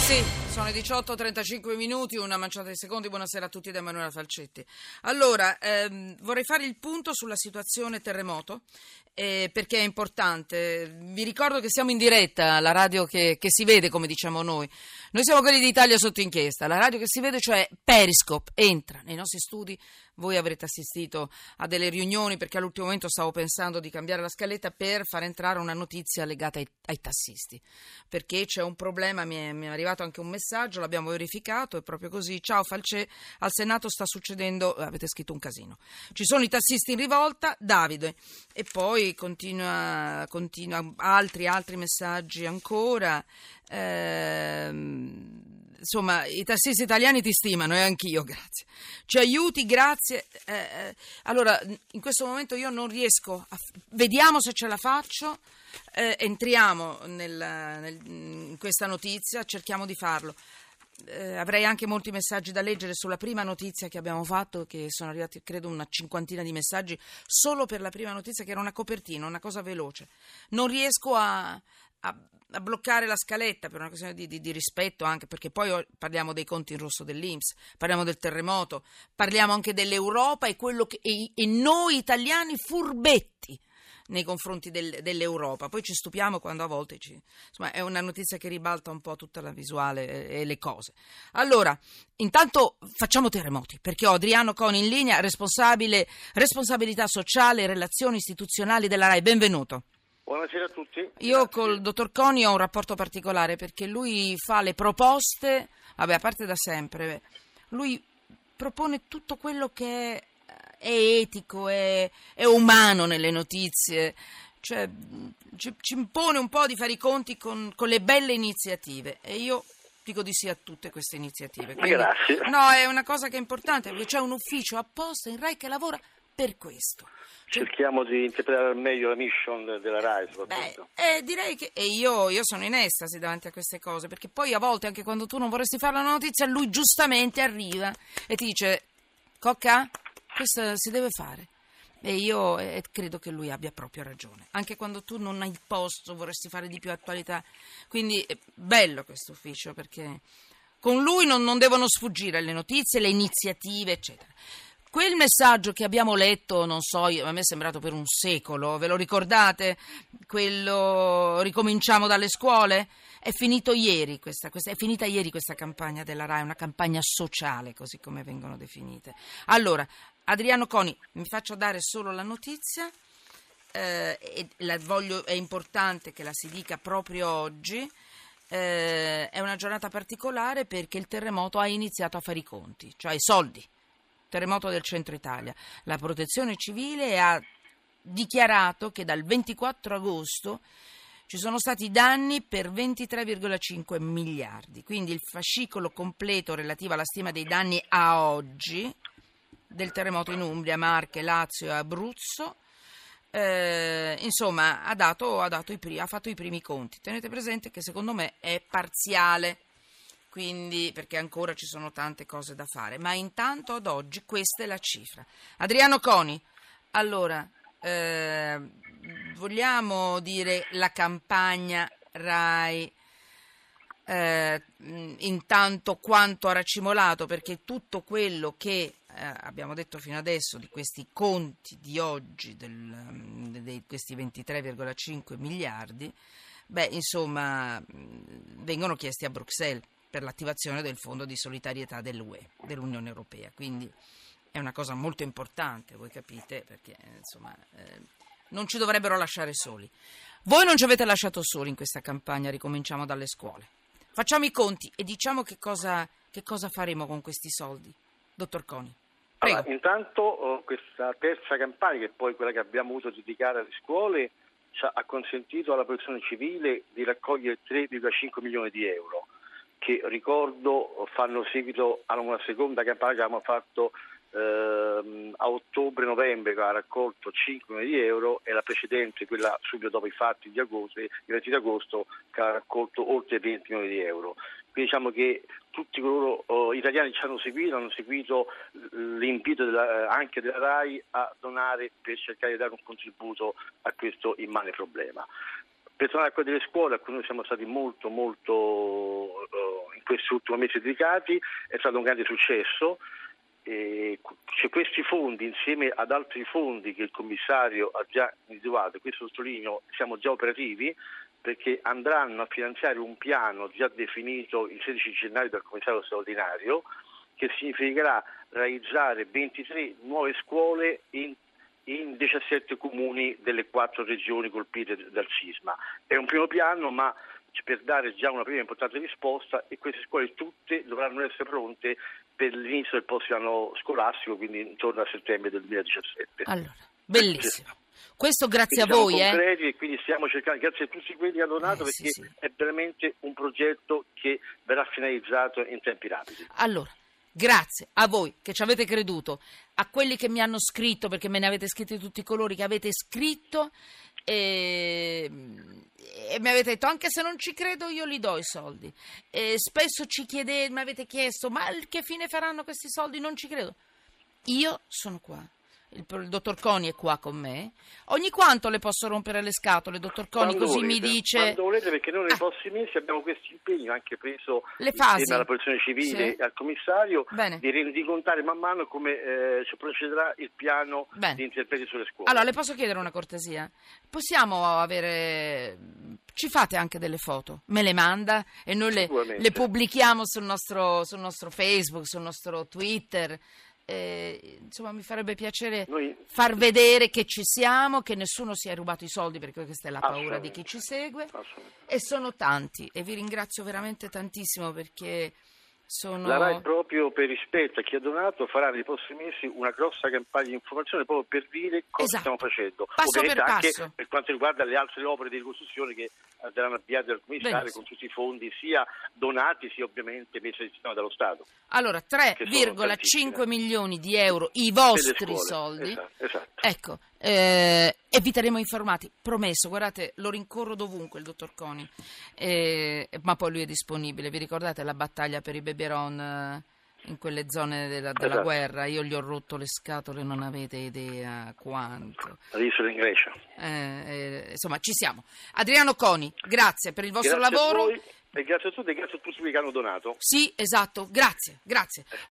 Sì, sono le 18:35 minuti, una manciata di secondi. Buonasera a tutti da Emanuela Falcetti. Allora, vorrei fare il punto sulla situazione terremoto, perché è importante. Vi ricordo che siamo in diretta, la radio che si vede, come diciamo noi. Noi siamo quelli d'Italia sotto inchiesta, la radio che si vede, cioè Periscope, entra nei nostri studi. Voi avrete assistito a delle riunioni, perché all'ultimo momento stavo pensando di cambiare la scaletta per far entrare una notizia legata ai tassisti, perché c'è un problema. Mi è arrivato anche un messaggio, l'abbiamo verificato, è proprio così. Ciao Falcè, al Senato sta succedendo, avete scritto un casino, ci sono i tassisti in rivolta, Davide, e poi continua altri messaggi ancora. Insomma, i tassisti italiani ti stimano, e anch'io, grazie. Ci aiuti, grazie. Allora, in questo momento io non riesco vediamo se ce la faccio. Entriamo in questa notizia, cerchiamo di farlo. Avrei anche molti messaggi da leggere sulla prima notizia che abbiamo fatto, che sono arrivati credo una cinquantina di messaggi solo per la prima notizia, che era una copertina, una cosa veloce. Non riesco a bloccare la scaletta per una questione di rispetto, anche perché poi parliamo dei conti in rosso dell'INPS, parliamo del terremoto, parliamo anche dell'Europa e noi italiani furbetti nei confronti dell'Europa. Poi ci stupiamo quando a volte insomma, è una notizia che ribalta un po' tutta la visuale e le cose. Allora, intanto facciamo terremoti, perché ho Adriano Coni in linea, responsabilità sociale e relazioni istituzionali della RAI. Benvenuto. Buonasera a tutti. Io col dottor Coni ho un rapporto particolare, perché lui fa le proposte, a parte da sempre, lui propone tutto quello che è etico, è umano nelle notizie, cioè ci impone un po' di fare i conti con le belle iniziative, e io dico di sì a tutte queste iniziative. Quindi, grazie. No, è una cosa che è importante, perché c'è un ufficio apposta in RAI che lavora per questo. Cerchiamo di interpretare al meglio la mission della RAI, soprattutto. Direi che io sono in estasi davanti a queste cose, perché poi a volte, anche quando tu non vorresti fare la notizia, lui giustamente arriva e ti dice: Cocca, questo si deve fare. E io credo che lui abbia proprio ragione, anche quando tu non hai il posto, vorresti fare di più attualità. Quindi è bello questo ufficio, perché con lui non devono sfuggire le notizie, le iniziative, eccetera. Quel messaggio che abbiamo letto, non so, a me è sembrato per un secolo, ve lo ricordate? Quello ricominciamo dalle scuole? È finito ieri è finita ieri questa campagna della RAI, una campagna sociale, così come vengono definite. Allora, Adriano Coni, mi faccio dare solo la notizia, è importante che la si dica proprio oggi. È una giornata particolare perché il terremoto ha iniziato a fare i conti, cioè i soldi. Terremoto del centro Italia. La Protezione Civile ha dichiarato che dal 24 agosto ci sono stati danni per 23,5 miliardi. Quindi il fascicolo completo relativo alla stima dei danni a oggi del terremoto in Umbria, Marche, Lazio e Abruzzo, insomma, ha fatto i primi conti. Tenete presente che secondo me è parziale, quindi, perché ancora ci sono tante cose da fare, ma intanto ad oggi questa è la cifra. Adriano Coni, allora, vogliamo dire la campagna RAI, intanto quanto ha racimolato, perché tutto quello che abbiamo detto fino adesso di questi conti di oggi, di questi 23,5 miliardi, insomma, vengono chiesti a Bruxelles per l'attivazione del fondo di solidarietà dell'UE, dell'Unione Europea. Quindi è una cosa molto importante, voi capite, perché insomma non ci dovrebbero lasciare soli. Voi non ci avete lasciato soli in questa campagna, ricominciamo dalle scuole. Facciamo i conti e diciamo che cosa faremo con questi soldi. Dottor Coni, prego. Allora, intanto questa terza campagna, che è poi quella che abbiamo avuto dedicare alle scuole, ha consentito alla Protezione Civile di raccogliere 3,5 milioni di euro, che ricordo fanno seguito a una seconda campagna che abbiamo fatto a ottobre-novembre, che ha raccolto 5 milioni di euro, e la precedente, quella subito dopo i fatti di agosto, il 20 di agosto, che ha raccolto oltre 20 milioni di euro. Quindi diciamo che tutti coloro italiani ci hanno seguito l'invito anche della RAI a donare per cercare di dare un contributo a questo immane problema. Per tornare a quello delle scuole, a cui noi siamo stati molto questi ultimi mesi dedicati, è stato un grande successo. C'è questi fondi insieme ad altri fondi che il commissario ha già individuato, e questo sottolineo, siamo già operativi perché andranno a finanziare un piano già definito il 16 gennaio dal commissario straordinario, che significherà realizzare 23 nuove scuole in 17 comuni delle 4 regioni colpite dal sisma. È un primo piano, ma per dare già una prima importante risposta, e queste scuole tutte dovranno essere pronte per l'inizio del prossimo anno scolastico, quindi intorno a settembre del 2017. Allora, bellissimo. Questo grazie quindi a voi. Siamo concreti e quindi stiamo cercando, grazie a tutti quelli che hanno donato, perché sì. è veramente un progetto che verrà finalizzato in tempi rapidi. Allora, grazie a voi che ci avete creduto, a quelli che mi hanno scritto, perché me ne avete scritti di tutti i colori, che avete scritto e mi avete detto anche se non ci credo io li do i soldi. Spesso mi avete chiesto ma che fine faranno questi soldi? Non ci credo. Io sono qua. Il dottor Coni è qua con me. Ogni quanto le posso rompere le scatole, dottor Coni, quando così volete, mi dice. Quando volete, perché noi nei prossimi mesi abbiamo questo impegno anche preso le fasi insieme alla protezione civile e al commissario. Bene. Di rendicontare man mano come ci procederà il piano di interventi sulle scuole. Allora, le posso chiedere una cortesia? Possiamo avere. Ci fate anche delle foto? Me le manda e noi le pubblichiamo sul nostro Facebook, sul nostro Twitter. Insomma, mi farebbe piacere far vedere che ci siamo, che nessuno si è rubato i soldi, perché questa è la paura di chi ci segue, e sono tanti, e vi ringrazio veramente tantissimo perché la RAI, proprio per rispetto a chi ha donato, farà nei prossimi mesi una grossa campagna di informazione proprio per dire cosa stiamo facendo, passo per passo, anche per quanto riguarda le altre opere di ricostruzione che saranno avviate dal commissario con tutti i fondi sia donati sia ovviamente messi a disposizione dallo Stato. Allora 3,5 milioni di euro i vostri soldi, esatto. Ecco, e vi terremo informati, promesso. Guardate, lo rincorro dovunque il dottor Coni, ma poi lui è disponibile. Vi ricordate la battaglia per i beberon in quelle zone della guerra? Io gli ho rotto le scatole, non avete idea quanto. Adesso in Grecia. Insomma, ci siamo. Adriano Coni, grazie per il vostro lavoro. E grazie a tutti e grazie a tutti quelli che hanno donato. Sì, esatto, grazie.